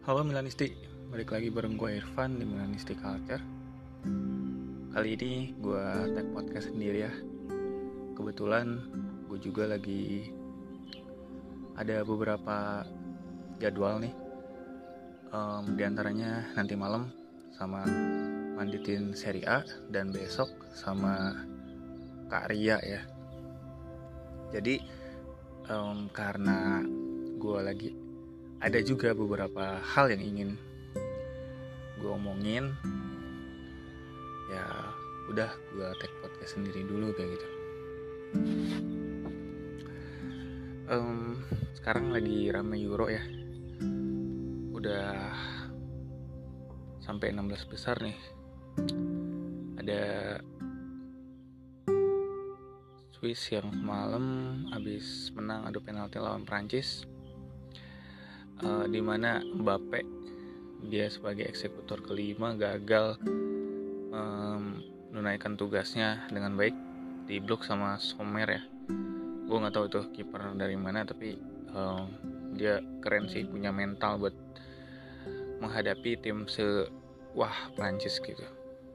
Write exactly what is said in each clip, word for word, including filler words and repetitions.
Halo Milanisti, balik lagi bareng gue Irfan di Milanisti Culture. Kali ini gue tag podcast sendiri ya. Kebetulan gue juga lagi ada beberapa jadwal nih, um, Di antaranya nanti malam sama lanjutin seri A, dan besok sama Kak Ria ya. Jadi um, karena gue lagi ada juga beberapa hal yang ingin gue omongin, ya udah gue tag podcast sendiri dulu kayak gitu. Um, sekarang lagi rame Euro ya, udah sampai enam belas besar nih. Ada Swiss yang malam abis menang adu penalti lawan Prancis, uh, dimana Mbappe dia sebagai eksekutor kelima gagal um, menunaikan tugasnya dengan baik, di blok sama Sommer ya. Gue nggak tahu itu kiper dari mana, tapi um, dia keren sih, punya mental buat menghadapi tim se wah Prancis gitu.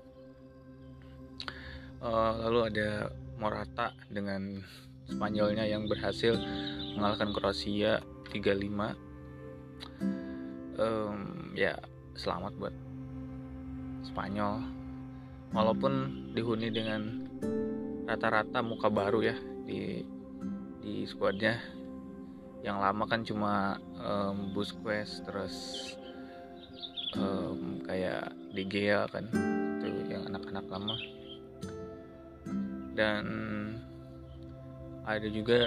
Uh, lalu ada Morata dengan Spanyolnya yang berhasil mengalahkan Kroasia tiga lima. Um, ya selamat buat Spanyol, walaupun dihuni dengan rata-rata muka baru ya di di skuadnya. Yang lama kan cuma um, Busquets, terus um, kayak De Gea kan, itu yang anak-anak lama. Dan ada juga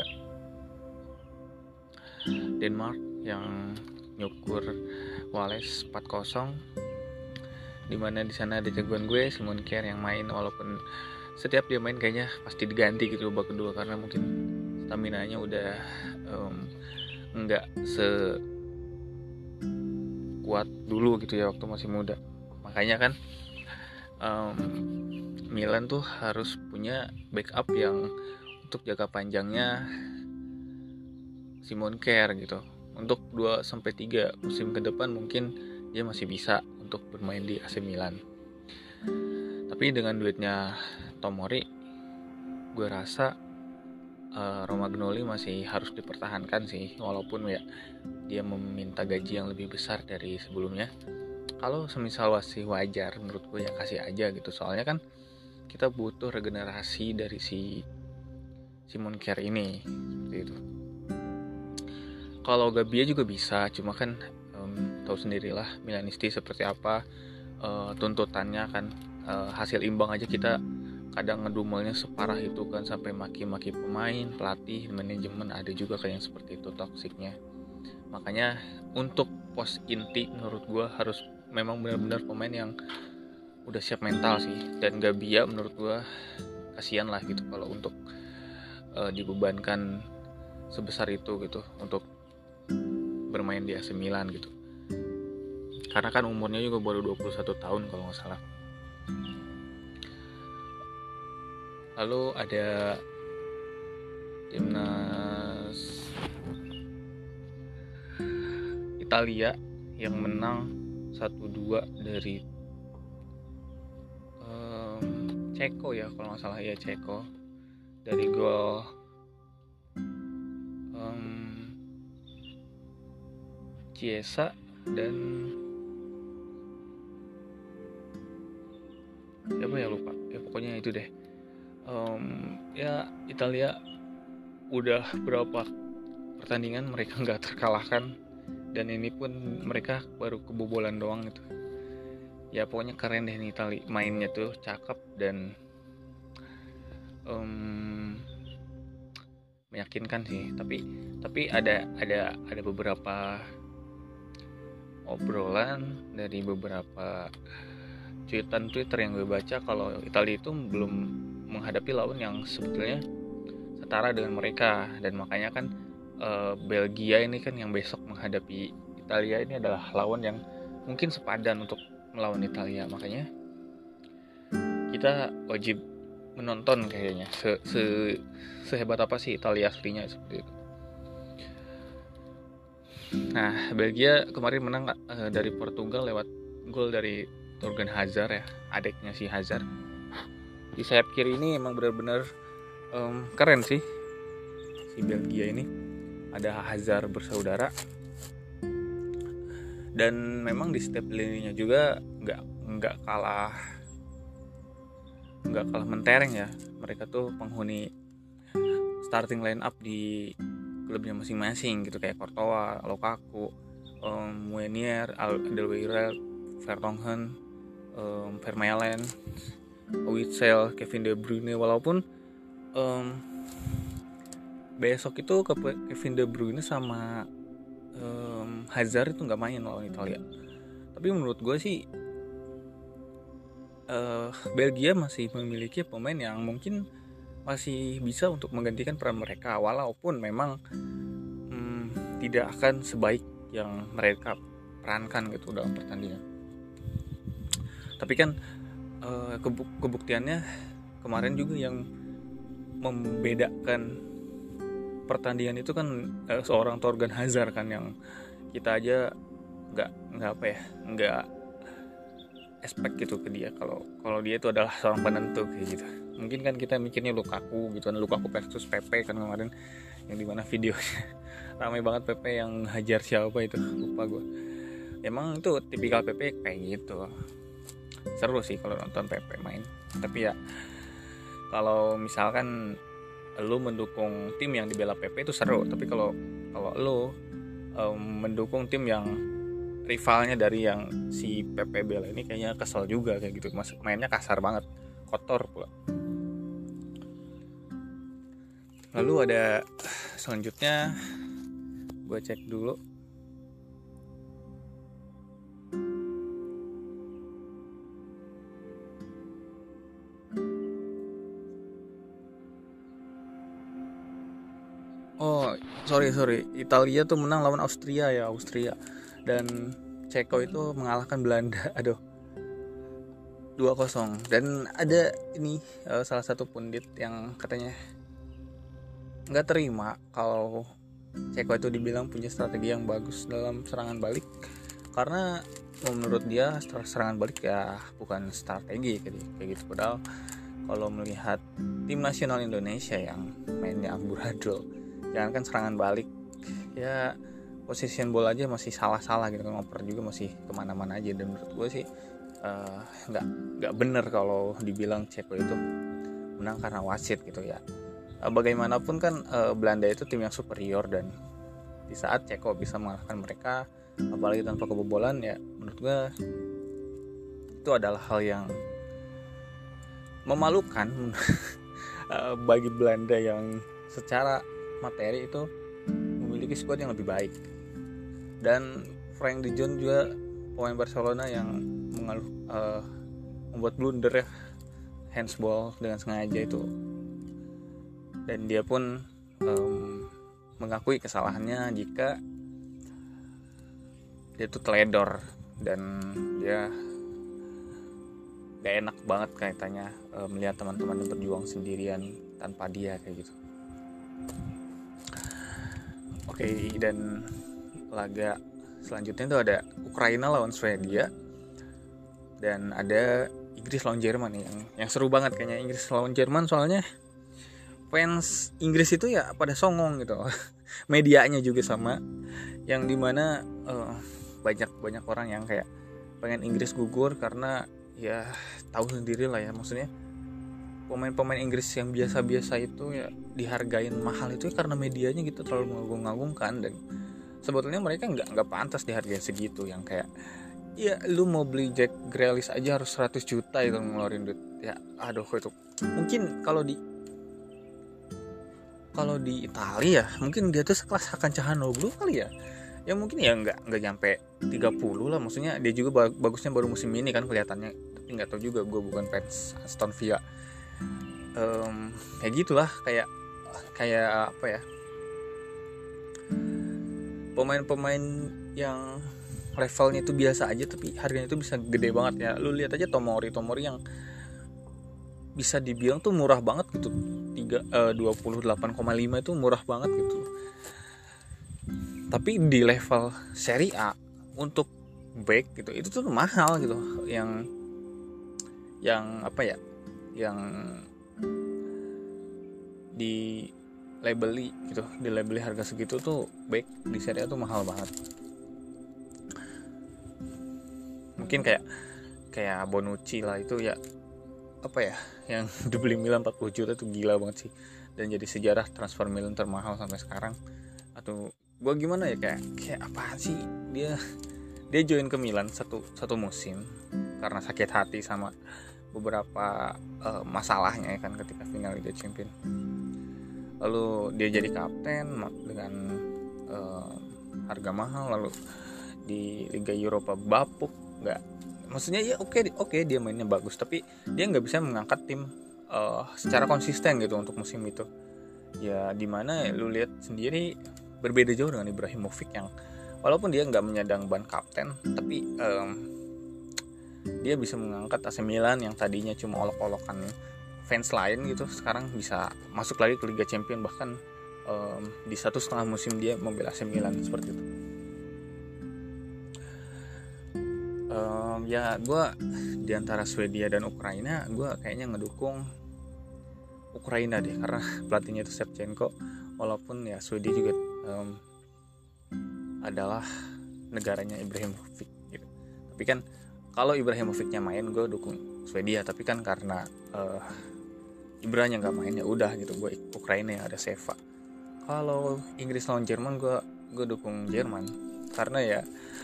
Denmark yang nyukur Wales empat kosong, dimana di sana ada jagoan gue Simon Kjær yang main, walaupun setiap dia main kayaknya pasti diganti gitu babak kedua karena mungkin stamina-nya udah um, nggak se kuat dulu gitu ya waktu masih muda. Makanya kan um, Milan tuh harus punya backup yang untuk jangka panjangnya Simon Kjær gitu. Untuk dua sampai tiga musim ke depan mungkin dia masih bisa untuk bermain di A C Milan. Tapi dengan duitnya Tomori, gue rasa uh, Romagnoli masih harus dipertahankan sih, walaupun ya dia meminta gaji yang lebih besar dari sebelumnya. Kalau semisal masih wajar, menurut gue ya kasih aja gitu. Soalnya kan kita butuh regenerasi dari si Simon Kjær ini, seperti itu. Kalau Gabbia juga bisa, cuma kan um, tahu sendirilah Milanisti seperti apa uh, tuntutannya kan. Uh, hasil imbang aja kita kadang ngedumelnya separah itu kan, sampai maki-maki pemain, pelatih, manajemen, ada juga kayak yang seperti itu toksiknya. Makanya untuk pos inti menurut gue harus memang benar-benar pemain yang udah siap mental sih. Dan Gabbia menurut gue kasihan lah gitu kalau untuk uh, dibebankan sebesar itu gitu untuk bermain di A C Milan gitu. Karena kan umurnya juga baru dua puluh satu tahun kalau nggak salah. Lalu ada timnas Italia yang menang satu dua dari um, Ceko ya kalau nggak salah ya Ceko, dari gol um, Chiesa dan siapa ya lupa ya, pokoknya itu deh. Um, ya Italia udah berapa pertandingan mereka nggak terkalahkan, dan ini pun mereka baru kebobolan doang gitu. Ya pokoknya keren deh nih Italia, mainnya tuh cakep dan um, meyakinkan sih. Tapi tapi ada ada ada beberapa obrolan dari beberapa cuitan Twitter yang gue baca kalau Italia itu belum menghadapi lawan yang sebetulnya setara dengan mereka, dan makanya kan uh, Belgia ini kan yang besok menghadapi Italia ini adalah lawan yang mungkin sepadan untuk melawan Italia. Makanya kita wajib menonton kayaknya se, se sehebat apa sih Italia aslinya, seperti itu. Nah, Belgia kemarin menang uh, dari Portugal lewat gol dari Torgan Hazard ya, adiknya si Hazard. Di sayap kiri ini emang benar-benar um, keren sih si Belgia ini. Ada Hazard bersaudara. Dan memang di setiap lininya juga nggak nggak kalah nggak kalah mentereng ya. Mereka tuh penghuni starting line up di klubnya masing-masing gitu, kayak Courtois, Lukaku, um, Meunier, Alderweireld, Vertonghen, um, Vermaelen, Witsel, Kevin De Bruyne. Walaupun um, besok itu Kevin De Bruyne sama um, Hazard itu nggak main lawan Italia. Tapi menurut gue sih uh, Belgia masih memiliki pemain yang mungkin masih bisa untuk menggantikan peran mereka, walaupun memang hmm, tidak akan sebaik yang mereka perankan gitu dalam pertandingan. Tapi kan uh, kebuk- kebuktiannya kemarin juga yang membedakan pertandingan itu kan uh, seorang Torgan Hazard kan, yang kita aja nggak nggak apa ya nggak expect gitu ke dia kalau kalau dia itu adalah seorang penentu kayak gitu. Mungkin kan kita mikirnya Lukaku gitu kan, Lukaku versus Pepe kan kemarin, yang dimana videonya ramai banget Pepe yang hajar siapa itu lupa gue. Emang itu tipikal Pepe kayak gitu, seru sih kalau nonton Pepe main. Tapi ya kalau misalkan lu mendukung tim yang dibela Pepe itu seru, tapi kalau kalau lu um, mendukung tim yang rivalnya dari yang si Pepe bela ini, kayaknya kesel juga kayak gitu. Mas mainnya kasar banget, kotor pula. Lalu ada selanjutnya, gue cek dulu. Oh, sorry sorry, Italia tuh menang lawan Austria ya, Austria. Dan Ceko itu mengalahkan Belanda. Aduh, dua kosong. Dan ada ini uh, salah satu pundit yang katanya nggak terima kalau Ceko itu dibilang punya strategi yang bagus dalam serangan balik, karena menurut dia serangan balik ya bukan strategi kayak gitu. Padahal kalau melihat tim nasional Indonesia yang mainnya amburadul, jangan kan serangan balik, ya position bola aja masih salah-salah gitu kan, ngoper juga masih kemana-mana aja. Dan menurut gue sih uh, nggak nggak bener kalau dibilang Ceko itu menang karena wasit gitu ya. Uh, bagaimanapun kan uh, Belanda itu tim yang superior, dan di saat Ceko bisa mengalahkan mereka apalagi tanpa kebobolan, ya menurut gue itu adalah hal yang memalukan uh, bagi Belanda yang secara materi itu memiliki skuad yang lebih baik. Dan Frank de Jong juga pemain Barcelona yang mengaluh, uh, membuat blunder ya, handsball dengan sengaja itu. Dan dia pun um, mengakui kesalahannya jika dia itu teledor, dan dia gak enak banget kaitannya uh, melihat teman-teman yang berjuang sendirian tanpa dia kayak gitu. Oke, okay, dan laga selanjutnya itu ada Ukraina lawan Swedia, dan ada Inggris lawan Jerman nih, yang yang seru banget kayaknya Inggris lawan Jerman, soalnya fans Inggris itu ya pada songong gitu. Medianya juga sama, yang dimana uh, banyak banyak orang yang kayak pengen Inggris gugur karena ya tahu sendiri lah ya, maksudnya pemain-pemain Inggris yang biasa-biasa itu ya dihargain mahal itu ya karena medianya gitu terlalu mengagung-agungkan. Dan sebetulnya mereka nggak nggak pantas dihargai segitu, yang kayak ya lu mau beli Jack Grealish aja harus seratus juta itu ngeluarin duit ya. Aduh, itu mungkin kalau di kalau di Italia mungkin dia tuh sekelas Hakan Calhanoglu kali ya, ya mungkin ya nggak nggak nyampe tiga puluh lah. Maksudnya dia juga bagusnya baru musim ini kan kelihatannya, tapi nggak tahu juga, gue bukan fans Aston Villa. Um, kayak gitulah, kayak kayak apa ya, pemain-pemain yang levelnya itu biasa aja tapi harganya itu bisa gede banget ya. Lu lihat aja Tomori Tomori yang bisa dibilang tuh murah banget gitu, tiga, uh, dua puluh delapan koma lima itu murah banget gitu. tapi di level Serie A untuk back gitu itu tuh mahal gitu, yang yang apa ya, yang di labeli gitu, di labeli harga segitu tuh back di Serie A tuh mahal banget. Mungkin kayak kayak Bonucci lah itu ya, apa ya, yang dibeli Milan empat puluh juta tuh gila banget sih, dan jadi sejarah transfer Milan termahal sampai sekarang. Atau gue gimana ya, kayak kayak apa sih, dia dia join ke Milan satu satu musim karena sakit hati sama beberapa uh, masalahnya ya kan ketika final Liga Champions. Lalu dia jadi kapten dengan uh, harga mahal, lalu di Liga Eropa bapuk, nggak, maksudnya ya oke okay, oke okay, dia mainnya bagus, tapi dia nggak bisa mengangkat tim uh, secara konsisten gitu untuk musim itu. Ya dimana ya, lu lihat sendiri berbeda jauh dengan Ibrahimovic yang walaupun dia nggak menyandang ban kapten, tapi um, dia bisa mengangkat A C Milan yang tadinya cuma olok-olokan fans lain gitu, sekarang bisa masuk lagi ke Liga Champions, bahkan um, di satu setengah musim dia membela A C Milan seperti itu. Um, ya gue diantara Swedia dan Ukraina, gue kayaknya ngedukung Ukraina deh, karena pelatihnya itu Shevchenko, walaupun ya Swedia juga um, adalah negaranya Ibrahimovic gitu. Tapi kan kalau Ibrahimovicnya main gue dukung Swedia, tapi kan karena uh, Ibranya nggak main ya udah gitu, gue Ukraina yang ada Seva. Kalau Inggris lawan Jerman, gue gue dukung Jerman karena ya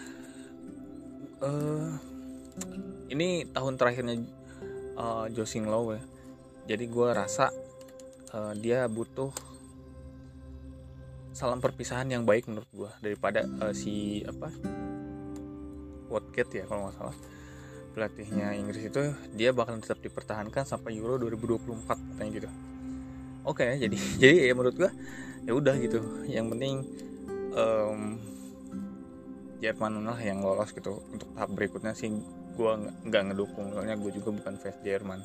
uh, ini tahun terakhirnya uh, Joachim Löw ya, jadi gue rasa uh, dia butuh salam perpisahan yang baik menurut gue daripada uh, si apa Southgate ya kalau nggak salah, pelatihnya Inggris itu, dia bakal tetap dipertahankan sampai Euro dua ribu dua puluh empat katanya gitu. Oke, okay, jadi jadi ya menurut gue ya udah gitu. Yang penting um, Jerman lah yang lolos gitu. Untuk tahap berikutnya sih gue nggak ngedukung, soalnya gue juga bukan fans Jerman.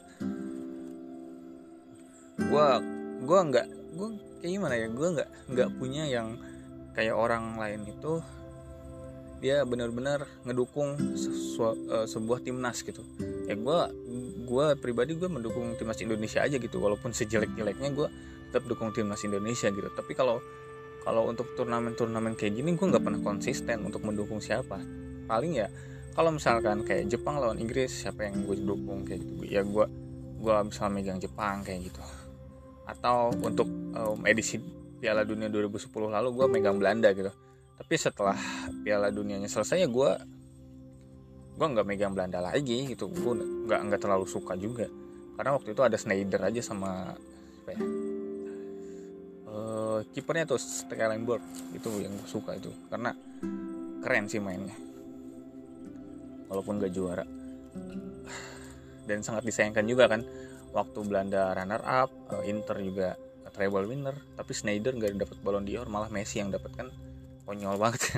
Gue gue nggak gue kayak gimana ya, gue nggak nggak punya yang kayak orang lain itu dia benar-benar ngedukung sesu, uh, sebuah timnas gitu. Ya gue gue pribadi gue mendukung timnas Indonesia aja gitu, walaupun sejelek-jeleknya gue tetap dukung timnas Indonesia gitu. Tapi kalau kalau untuk turnamen-turnamen kayak gini gue nggak pernah konsisten untuk mendukung siapa. Paling ya kalau misalkan kayak Jepang lawan Inggris, siapa yang gue dukung kayak gitu, ya gue gue bisa megang Jepang kayak gitu. Atau untuk um, edisi Piala Dunia dua ribu sepuluh lalu gue megang Belanda gitu. Tapi setelah Piala Dunianya selesai ya gue gue nggak megang Belanda lagi gitu. Gue nggak nggak terlalu suka juga karena waktu itu ada Sneijder aja sama apa ya, uh, kipernya tuh Stekelenburg, itu yang gue suka itu karena keren sih mainnya walaupun gak juara. Dan sangat disayangkan juga kan waktu Belanda runner up, uh, Inter juga treble winner, tapi Sneijder nggak dapat Ballon d'Or, malah Messi yang dapat kan. Konyol banget kan.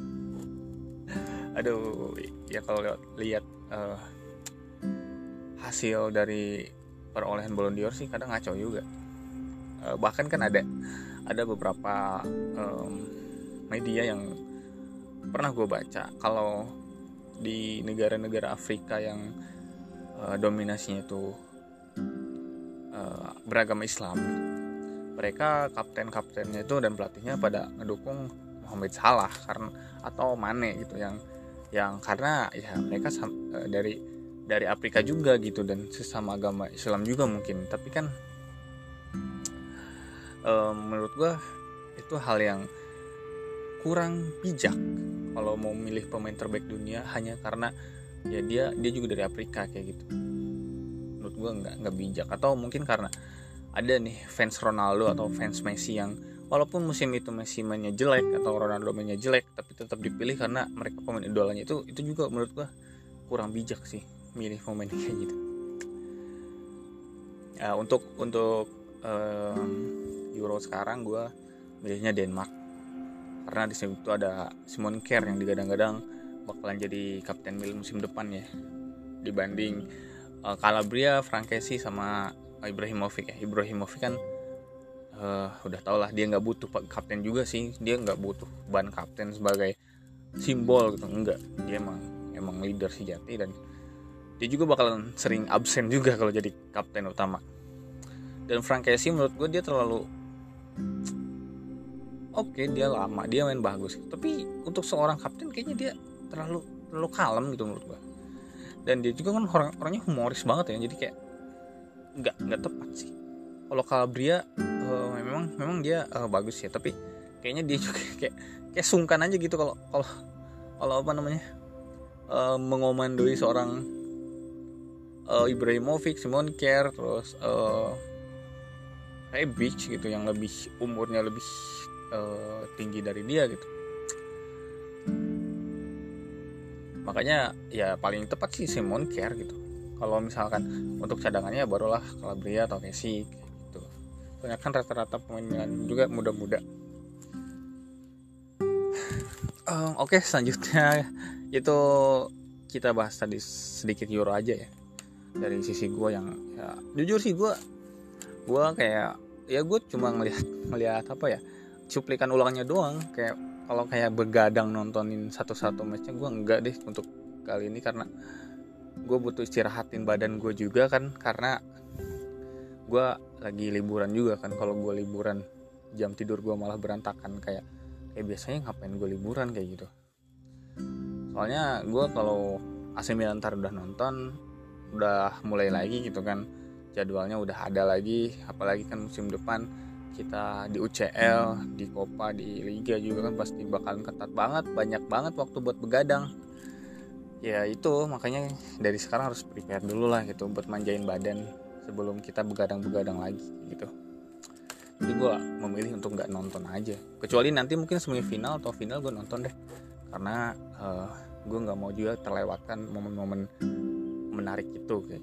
Aduh, ya kalau lihat uh, hasil dari perolehan Ballon d'Or sih kadang ngaco juga. Uh, bahkan kan ada ada beberapa um, media yang pernah gue baca kalau di negara-negara Afrika yang uh, dominasinya itu uh, beragama Islam, mereka kapten-kaptennya itu dan pelatihnya pada ngedukung Mohamed Salah karena atau Mane gitu, yang yang karena ya mereka sam, dari dari Afrika juga gitu dan sesama agama Islam juga mungkin. Tapi kan um, menurut gue itu hal yang kurang bijak kalau mau milih pemain terbaik dunia hanya karena ya dia dia juga dari Afrika kayak gitu. Menurut gue nggak nggak bijak. Atau mungkin karena ada nih fans Ronaldo atau fans Messi yang walaupun musim itu Messi mainnya jelek atau Ronaldo mainnya jelek, tapi tetap dipilih karena mereka pemain idolanya. Itu itu juga menurut gua kurang bijak sih milih pemain kayak gitu. Ya, untuk untuk um, Euro sekarang gua milihnya Denmark karena di situ ada Simon Kjær yang digadang-gadang bakalan jadi kapten Milan musim depan ya, dibanding uh, Calabria, Frankesi sama Ibrahimovic ya. Ibrahimovic kan uh, udah tau lah dia nggak butuh kapten juga sih, dia nggak butuh ban kapten sebagai simbol gitu, enggak, dia emang emang leader sejati dan dia juga bakalan sering absen juga kalau jadi kapten utama. Dan Frank Casey menurut gue dia terlalu oke, okay, dia lama, dia main bagus, tapi untuk seorang kapten kayaknya dia terlalu terlalu kalem gitu menurut gue. Dan dia juga kan orang orangnya humoris banget ya, jadi kayak nggak nggak tepat sih. Kalau Calabria uh, memang memang dia uh, bagus ya, tapi kayaknya dia juga kayak kayak sungkan aja gitu kalau kalau kalau apa namanya uh, mengomandoi seorang uh, Ibrahimovic, Simon Kjaer, terus uh, Rebic gitu yang lebih umurnya lebih uh, tinggi dari dia gitu. Makanya ya paling tepat sih Simon Kjaer gitu. Kalau misalkan untuk cadangannya barulah Calabria atau Casey gitu. Soalnya kan rata-rata pemain Milan juga muda-muda. Um, Oke okay, selanjutnya itu kita bahas tadi sedikit Euro aja ya. Dari sisi gue yang ya, jujur sih gue gue kayak ya gue cuma ngelihat ngelihat apa ya cuplikan ulangnya doang. Kayak kalau kayak begadang nontonin satu-satu matchnya gue enggak deh untuk kali ini, karena gue butuh istirahatin badan gue juga kan, karena gue lagi liburan juga kan. Kalau gue liburan jam tidur gue malah berantakan kayak kayak biasanya ngapain gue liburan kayak gitu. Soalnya gue kalau A C Milan ntar udah nonton, udah mulai lagi gitu kan, jadwalnya udah ada lagi, apalagi kan musim depan kita di U C L, di Copa, di Liga juga kan pasti bakalan ketat banget, banyak banget waktu buat begadang. Ya itu makanya dari sekarang harus prepare dulu lah gitu buat manjain badan sebelum kita begadang-begadang lagi gitu. Jadi gue memilih untuk nggak nonton aja, kecuali nanti mungkin semifinal atau final gue nonton deh, karena uh, gue nggak mau juga terlewatkan momen-momen menarik itu kayak.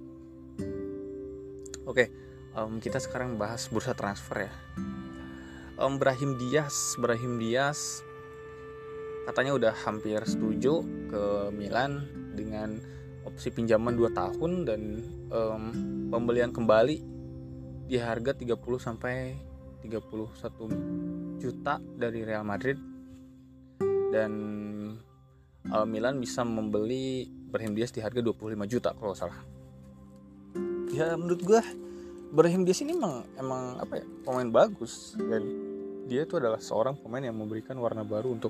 Oke, um, kita sekarang bahas bursa transfer ya. Um, Brahim Diaz, Brahim Diaz katanya udah hampir setuju ke Milan dengan opsi pinjaman dua tahun dan um, pembelian kembali di harga tiga puluh sampai tiga puluh satu juta dari Real Madrid, dan uh, Milan bisa membeli Brahim Diaz di harga dua puluh lima juta kalau salah. Ya menurut gue Brahim Diaz ini emang emang apa ya, pemain bagus, dan dia itu adalah seorang pemain yang memberikan warna baru untuk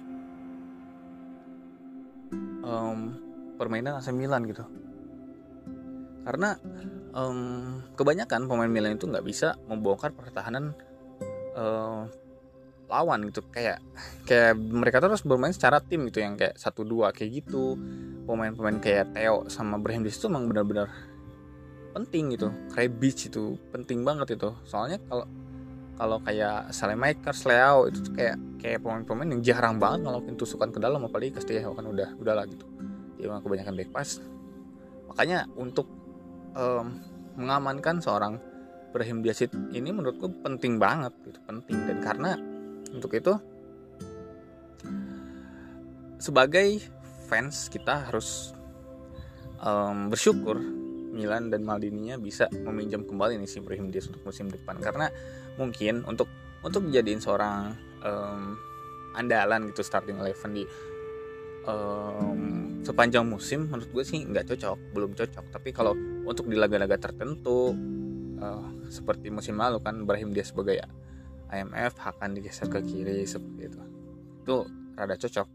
um, permainan A C Milan gitu. Karena um, kebanyakan pemain Milan itu nggak bisa membongkar pertahanan uh, lawan gitu, kayak kayak mereka terus bermain secara tim gitu, yang kayak satu dua kayak gitu. Pemain-pemain kayak Theo sama Brahim Diaz itu emang benar-benar penting gitu. Rebic itu penting banget itu. Soalnya kalau kalau kayak Salemaker, Leao itu tuh kayak kayak pemain-pemain yang jarang banget ngelakuin tusukan ke dalam, apalagi Castillejo kan udah udah lah gitu. Dia mah kebanyakan back pass. Makanya untuk um, mengamankan seorang Brahim Diaz ini menurutku penting banget gitu, penting. Dan karena untuk itu sebagai fans kita harus um, bersyukur Milan dan Maldininya bisa meminjam kembali nih si Brahim Diaz untuk musim depan, karena mungkin untuk untuk dijadiin seorang um, andalan gitu starting eleven di um, sepanjang musim menurut gue sih nggak cocok, belum cocok. Tapi kalau untuk di laga-laga tertentu uh, seperti musim lalu kan Brahim Diaz sebagai I M F akan digeser ke kiri seperti itu, itu rada cocok.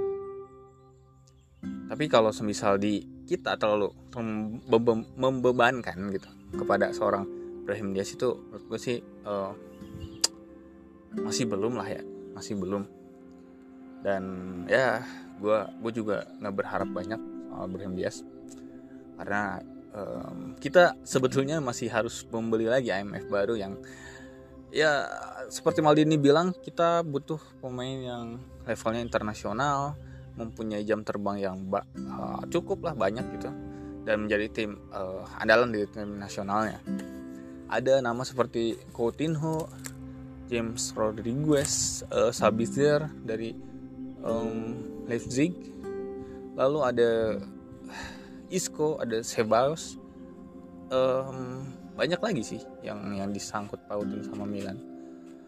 Tapi kalau semisal di kita terlalu membe- membebankan gitu kepada seorang Brahim Diaz, itu menurut gue sih uh, masih belum lah ya, masih belum. Dan ya gue gue juga nggak berharap banyak soal Brahim Diaz, karena um, kita sebetulnya masih harus membeli lagi I M F baru yang ya seperti Maldini bilang, kita butuh pemain yang levelnya internasional, mempunyai jam terbang yang ba- uh, cukup lah banyak gitu, dan menjadi tim uh, andalan di tim nasionalnya. Ada nama seperti Coutinho, James Rodriguez, uh, Sabitzer dari um, Leipzig, lalu ada Isco, ada Ceballos, um, banyak lagi sih yang yang disangkut pautin sama Milan.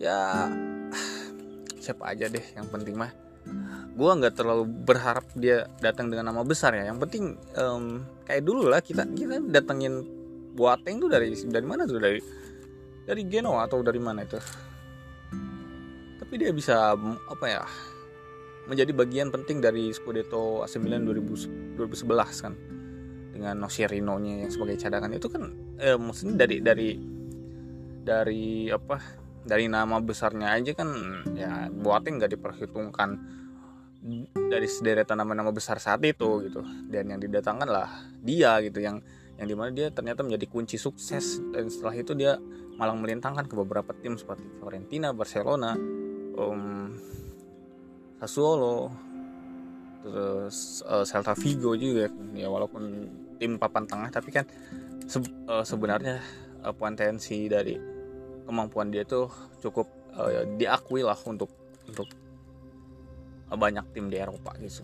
ya siapa aja deh, yang penting mah gue nggak terlalu berharap dia datang dengan nama besar ya. Yang penting um, kayak dulu lah kita kita datengin Boateng tuh dari dari mana tuh, dari dari Genoa atau dari mana itu. Tapi dia bisa apa ya, menjadi bagian penting dari Scudetto A C Milan dua ribu sebelas kan, dengan Nocerino-nya yang sebagai cadangan. Itu kan eh, maksudnya dari dari dari apa dari nama besarnya aja kan ya, Boateng nggak diperhitungkan dari sederetan nama-nama besar saat itu gitu. Dan yang didatangkan lah dia gitu, yang yang dimana dia ternyata menjadi kunci sukses. Dan setelah itu dia malah melintangkan ke beberapa tim seperti Fiorentina, Barcelona, um, Sassuolo, terus uh, Celta Vigo juga ya. Walaupun tim papan tengah, tapi kan se- uh, sebenarnya uh, potensi dari kemampuan dia tuh cukup uh, diakui lah untuk untuk banyak tim di Eropa gitu.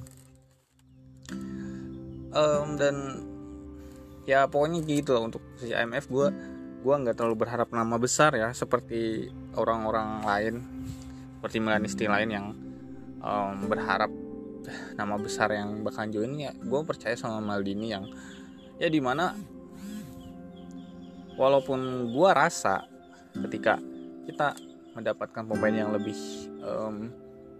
Um, dan ya pokoknya gitu lah untuk si I M F. Gue gue nggak terlalu berharap nama besar ya, seperti orang-orang lain, seperti Milanisti lain yang um, berharap nama besar yang bakal join ya. Gue percaya sama Maldini yang ya dimana walaupun gue rasa ketika kita mendapatkan pemain yang lebih um,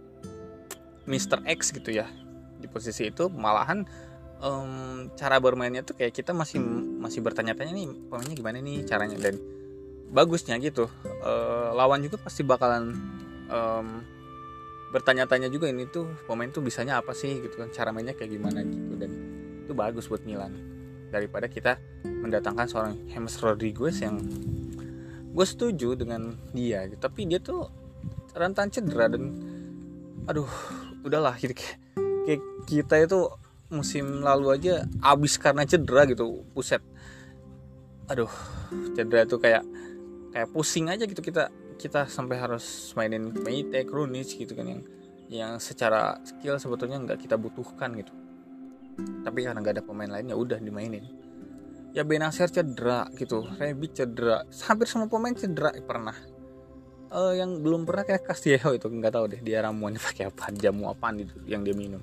Mister X gitu ya di posisi itu, malahan um, cara bermainnya tuh kayak kita masih masih bertanya-tanya nih pemainnya gimana nih caranya. Dan bagusnya gitu uh, lawan juga pasti bakalan um, bertanya-tanya juga, ini tuh pemain tuh bisanya apa sih gitu kan, cara mainnya kayak gimana gitu. Dan itu bagus buat Milan daripada kita mendatangkan seorang James Rodriguez yang gue setuju dengan dia gitu, tapi dia tuh rentan cedera. Dan aduh udahlah gitu, kayak kita itu musim lalu aja abis karena cedera gitu, puset. Aduh cedera tuh kayak kayak pusing aja gitu, kita kita sampai harus mainin Meite, Krunic gitu kan, yang yang secara skill sebetulnya nggak kita butuhkan gitu, tapi karena nggak ada pemain lain ya udah dimainin. Ya Benacer cedera gitu, Rebic cedera, hampir semua pemain cedera pernah. Uh, yang belum pernah kayak Castillejo itu nggak tahu deh dia ramuannya pakai apa, jamu apaan itu yang dia minum.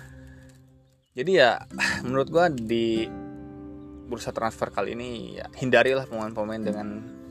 Jadi ya menurut gua di bursa transfer kali ini ya hindarilah pemain-pemain dengan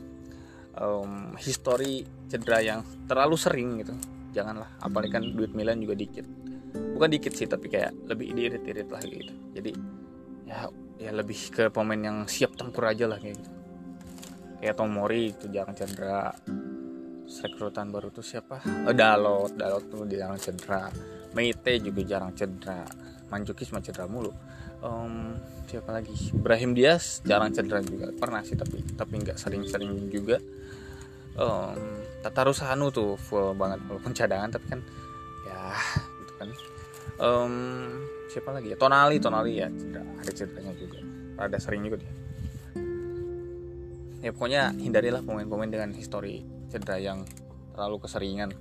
um, histori cedera yang terlalu sering gitu. Janganlah, apalagi kan duit Milan juga dikit. Bukan dikit sih, tapi kayak lebih diirit-irit lah gitu. Jadi ya ya lebih ke pemain yang siap tempur aja lah kayak gitu. Kayak Tomori itu jangan cedera. Rekrutan baru tuh siapa? Oh, Dalot, Dalot tuh jarang cedera. Meite juga jarang cedera. Mandzukic mah cedera mulu. Um, siapa lagi? Brahim Diaz jarang cedera juga. Pernah sih tapi tapi nggak sering-sering juga. Um, Tataru Sanu tuh full banget walaupun cadangan, tapi kan ya gitu kan. Um, siapa lagi ya? Tonali, Tonali ya cedera. Ada cederanya juga. Ada sering juga dia. Ya pokoknya hindarilah pemain-pemain dengan histori cedera yang terlalu keseringan.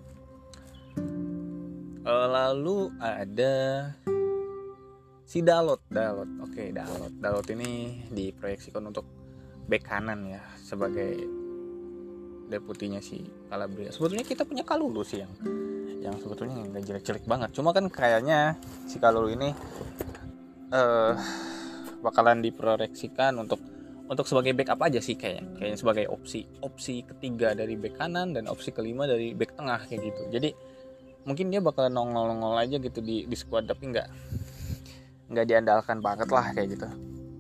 E, lalu ada si Dalot, Dalot, oke okay, Dalot, Dalot ini diproyeksikan untuk bek kanan ya, sebagai deputinya si Calabria. Sebetulnya kita punya Kalulu sih yang yang sebetulnya nggak jelek-jelek banget. Cuma kan kayaknya si Kalulu ini uh, bakalan diproyeksikan untuk untuk sebagai backup aja sih, kayak kayaknya sebagai opsi opsi ketiga dari bek kanan dan opsi kelima dari bek tengah kayak gitu. Jadi mungkin dia bakalan nongol-nongol aja gitu di di squad, tapi nggak nggak diandalkan banget lah kayak gitu.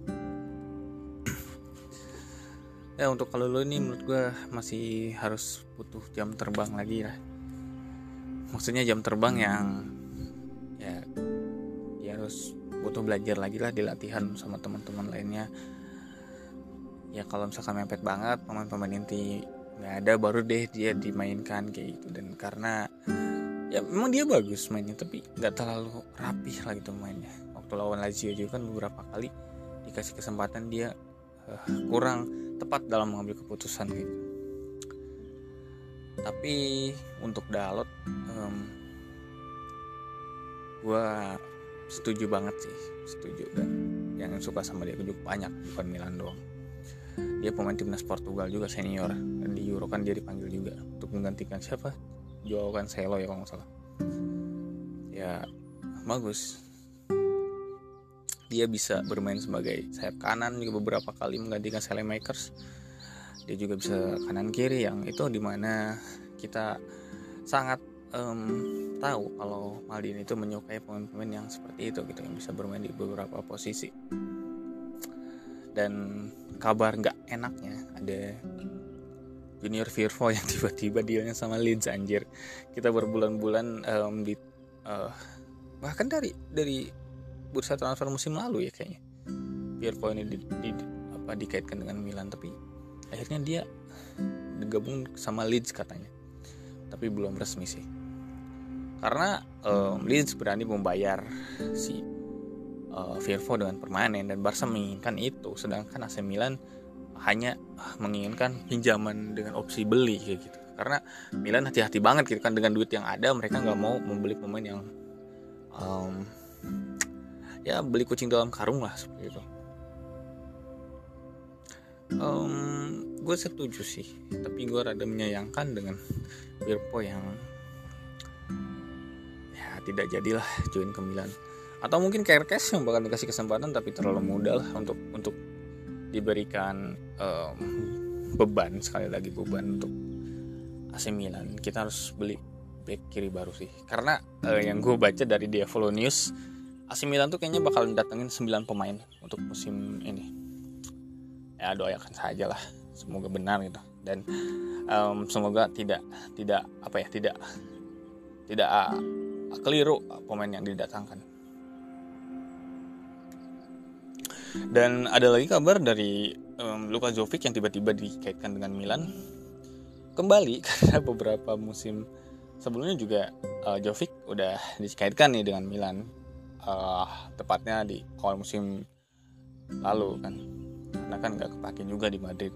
Ya untuk kalau lo ini menurut gue masih harus butuh jam terbang lagi lah. Maksudnya jam terbang yang ya dia harus butuh belajar lagi lah di latihan sama teman-teman lainnya. Ya kalau misalkan mepet banget pemain-pemain inti nggak ada, baru deh dia dimainkan kayak gitu. Dan karena ya memang dia bagus mainnya, tapi nggak terlalu rapih lah gitu mainnya. Waktu lawan Lazio juga kan beberapa kali dikasih kesempatan dia uh, kurang tepat dalam mengambil keputusan gitu. Tapi untuk Dalot um, gue setuju banget sih, setuju. Dan yang suka sama dia juga banyak, bukan Milan doang. dia pemain timnas Portugal juga senior, dan di Euro kan dia dipanggil juga untuk menggantikan siapa, Joao Cancelo ya kalau nggak salah. Ya bagus, dia bisa bermain sebagai sayap kanan juga beberapa kali menggantikan Makers. Dia juga bisa kanan kiri, yang itu dimana kita sangat um, tahu kalau Maldini itu menyukai pemain-pemain yang seperti itu gitu, yang bisa bermain di beberapa posisi. Dan kabar nggak enaknya ada Junior Firpo yang tiba-tiba dealnya sama Leeds, anjir. Kita berbulan-bulan um, di uh, bahkan dari dari bursa transfer musim lalu ya kayaknya Firpo ini di, di, apa dikaitkan dengan Milan, tapi akhirnya dia digabung sama Leeds katanya, tapi belum resmi sih, karena um, Leeds berani membayar si uh, Firpo dengan permanen dan Barca menginginkan itu, sedangkan A C Milan hanya menginginkan pinjaman dengan opsi beli kayak gitu. Karena Milan hati-hati banget gitu kan dengan duit yang ada, mereka nggak mau membeli pemain yang um, ya beli kucing dalam karung lah seperti itu. Um, gue setuju sih, tapi gue rada menyayangkan dengan Firpo yang ya tidak jadilah join ke Milan, atau mungkin Kerkes yang bakal dikasih kesempatan tapi terlalu muda lah untuk untuk diberikan um, beban, sekali lagi beban untuk A C Milan. Kita harus beli back kiri baru sih, karena uh, yang gue baca dari Diavolo News, A C Milan tuh kayaknya bakal datengin sembilan pemain untuk musim ini. Ya doakan saja lah, semoga benar gitu, dan um, semoga tidak tidak apa ya tidak tidak uh, keliru pemain yang didatangkan. Dan ada lagi kabar dari um, Luka Jovic yang tiba-tiba dikaitkan dengan Milan kembali, karena beberapa musim sebelumnya juga uh, Jovic udah dikaitkan nih dengan Milan, uh, tepatnya di awal musim lalu kan, karena kan nggak kepake juga di Madrid.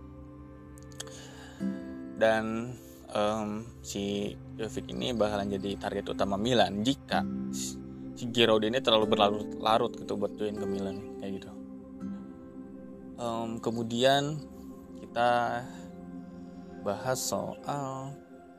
Dan um, si Jovic ini bakalan jadi target utama Milan jika si Giroud ini terlalu berlarut-larut gitu buat join ke Milan kayak gitu. Um, kemudian kita bahas soal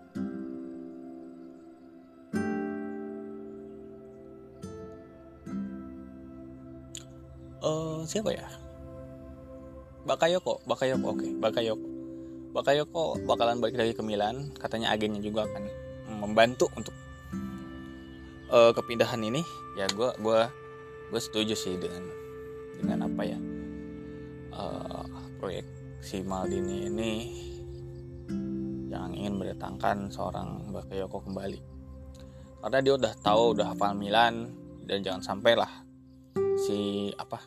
uh, siapa ya? Bakayoko, Bakayoko, oke, okay. Bakayoko, Bakayoko bakalan balik lagi ke Milan. Katanya agennya juga akan membantu untuk uh, kepindahan ini. Ya, gue, gue, gue setuju sih dengan dengan apa ya uh, proyek si Maldini ini yang ingin mendatangkan seorang Bakayoko kembali. Karena dia udah tahu, udah hafal Milan, dan jangan sampai lah si apa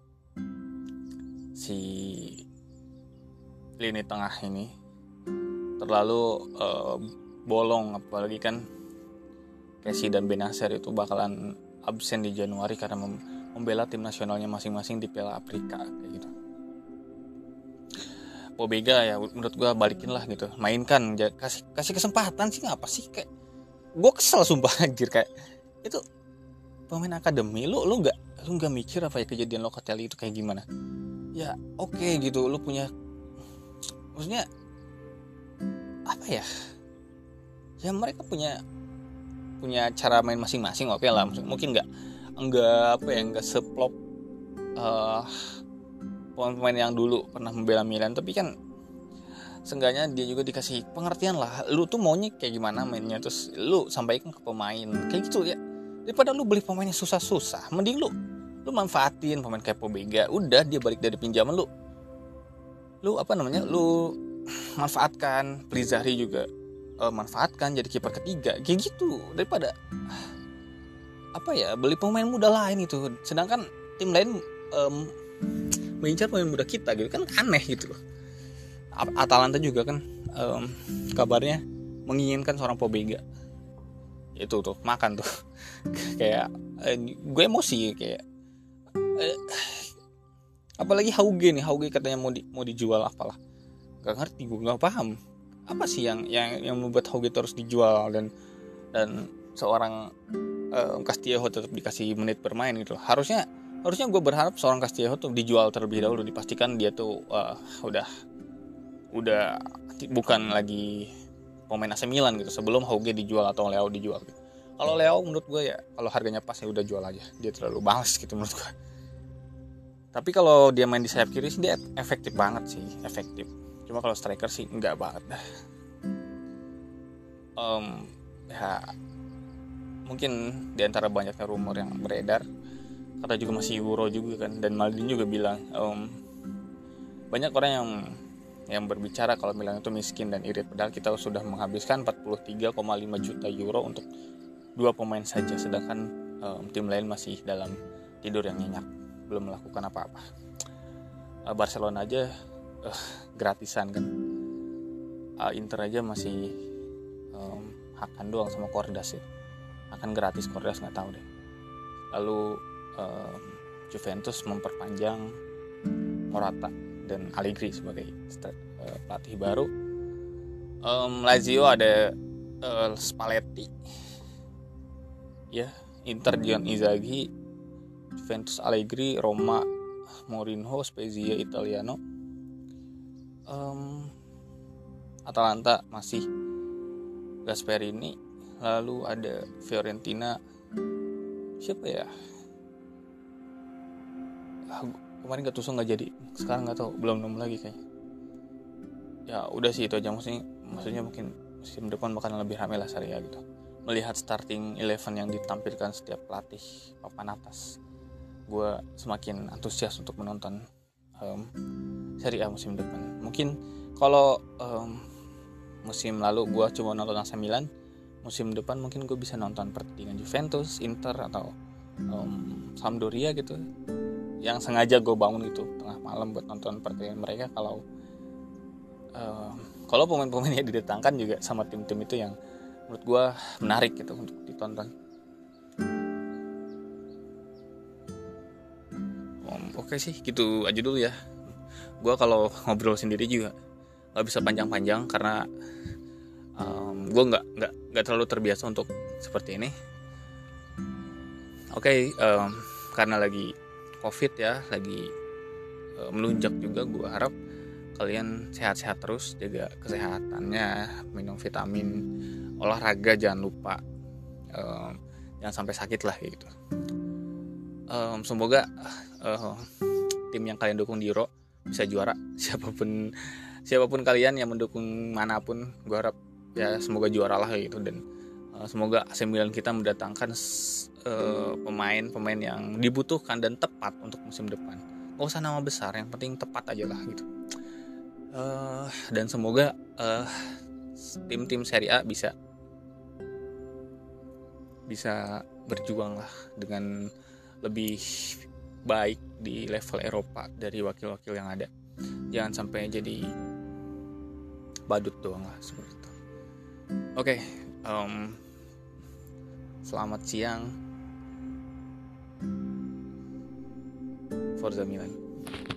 si lini tengah ini terlalu uh, bolong, apalagi kan Kessie dan Benacer itu bakalan absen di Januari karena mem- membela tim nasionalnya masing-masing di Piala Afrika kayak gitu. Pobega ya menurut gue balikin lah gitu, mainkan, kasih kasih kesempatan sih, ngapa sih, kayak gue kesel sumpah anjir, kayak itu pemain akademi, lu lu nggak lu nggak mikir apa ya kejadian Locatelli itu kayak gimana. Ya oke okay, gitu, lu punya, maksudnya apa ya, ya mereka punya punya cara main masing-masing, oke okay lah, mungkin nggak nggak apa ya nggak seplok uh, pemain-pemain yang dulu pernah membela Milan, tapi kan seenggaknya dia juga dikasih pengertian lah, lu tuh maunya kayak gimana mainnya, terus lu sampaikan ke pemain kayak gitu ya, daripada lu beli pemainnya susah-susah, mending lu lu manfaatin pemain kayak Pobega, udah dia balik dari pinjaman, lu lu apa namanya lu manfaatkan Prizari juga, uh, manfaatkan jadi kiper ketiga kayak gitu, daripada apa ya beli pemain muda lain itu, sedangkan tim lain um, mengincar pemain muda kita gitu kan, aneh gitu loh. Atalanta juga kan um, kabarnya menginginkan seorang Pobega, itu tuh makan tuh kayak eh, gue emosi kayak eh, apalagi Hauge nih, Hauge katanya mau di, mau dijual apalah, gak ngerti, gue nggak paham apa sih yang yang yang membuat Hauge terus dijual, dan dan seorang um, Castillejo tetap dikasih menit bermain gitu loh. Harusnya harusnya gue berharap seorang Castillejo tuh dijual terlebih dahulu, dipastikan dia tuh uh, udah udah bukan lagi pemain A C Milan gitu sebelum Hauge dijual atau Leao dijual gitu. Kalau Leao menurut gue ya kalau harganya pas ya udah jual aja, dia terlalu males gitu menurut gue. Tapi kalau dia main di sayap kiri sih dia efektif banget sih, efektif. Cuma kalau striker sih enggak banget dah. Um, ya mungkin diantara banyaknya rumor yang beredar, kata juga masih Euro juga kan, dan Maldini juga bilang um, banyak orang yang yang berbicara kalau Milan itu miskin dan irit, padahal kita sudah menghabiskan empat puluh tiga koma lima juta euro untuk dua pemain saja, sedangkan um, tim lain masih dalam tidur yang nyenyak, belum melakukan apa-apa. uh, Barcelona aja uh, gratisan kan, uh, Inter aja masih um, Hakan doang sama Kordas ya. Akan gratis Kordas nggak tahu deh. Lalu um, Juventus memperpanjang Morata dan Allegri sebagai uh, pelatih baru. um, Lazio ada uh, Spalletti ya, Inter Dion Inzaghi, Juventus Allegri, Roma Mourinho, Spezia Italiano, um, Atalanta masih Gasperini, lalu ada Fiorentina siapa ya, ah, kemarin Gattuso nggak jadi, sekarang nggak tahu, belum nemu lagi kayaknya. Ya udah sih itu aja, maksudnya maksudnya mungkin musim depan bakalan lebih ramai lah Serie A gitu, melihat starting eleven yang ditampilkan setiap pelatih papan atas. Gue semakin antusias untuk menonton um, Serie A musim depan. Mungkin kalau um, musim lalu gue cuma nonton A C Milan, musim depan mungkin gue bisa nonton pertandingan Juventus, Inter, atau um, Sampdoria gitu, yang sengaja gue bangun itu tengah malam buat nonton pertandingan mereka. Kalau um, kalau pemain-pemainnya didatangkan juga sama tim-tim itu yang menurut gue menarik gitu untuk ditonton. um, Oke sih gitu aja dulu ya. Gue kalau ngobrol sendiri juga nggak bisa panjang-panjang karena um, gue nggak nggak nggak terlalu terbiasa untuk seperti ini. Oke, okay, um, karena lagi COVID ya, lagi um, melunjak juga, gue harap kalian sehat-sehat terus, jaga kesehatannya, minum vitamin, olahraga jangan lupa, um, jangan sampai sakit lah gitu. Um, semoga uh, tim yang kalian dukung di Euro bisa juara, siapapun siapapun kalian yang mendukung manapun, gue harap ya semoga juara lah gitu, dan uh, semoga A C Milan kita mendatangkan uh, pemain-pemain yang dibutuhkan dan tepat untuk musim depan. Gak usah nama besar, yang penting tepat aja lah gitu. Uh, dan semoga uh, tim-tim Serie A bisa bisa berjuang lah dengan lebih baik di level Eropa dari wakil-wakil yang ada. Jangan sampai jadi badut doang lah seperti itu. Oke, okay, um, selamat siang, Forza Milan.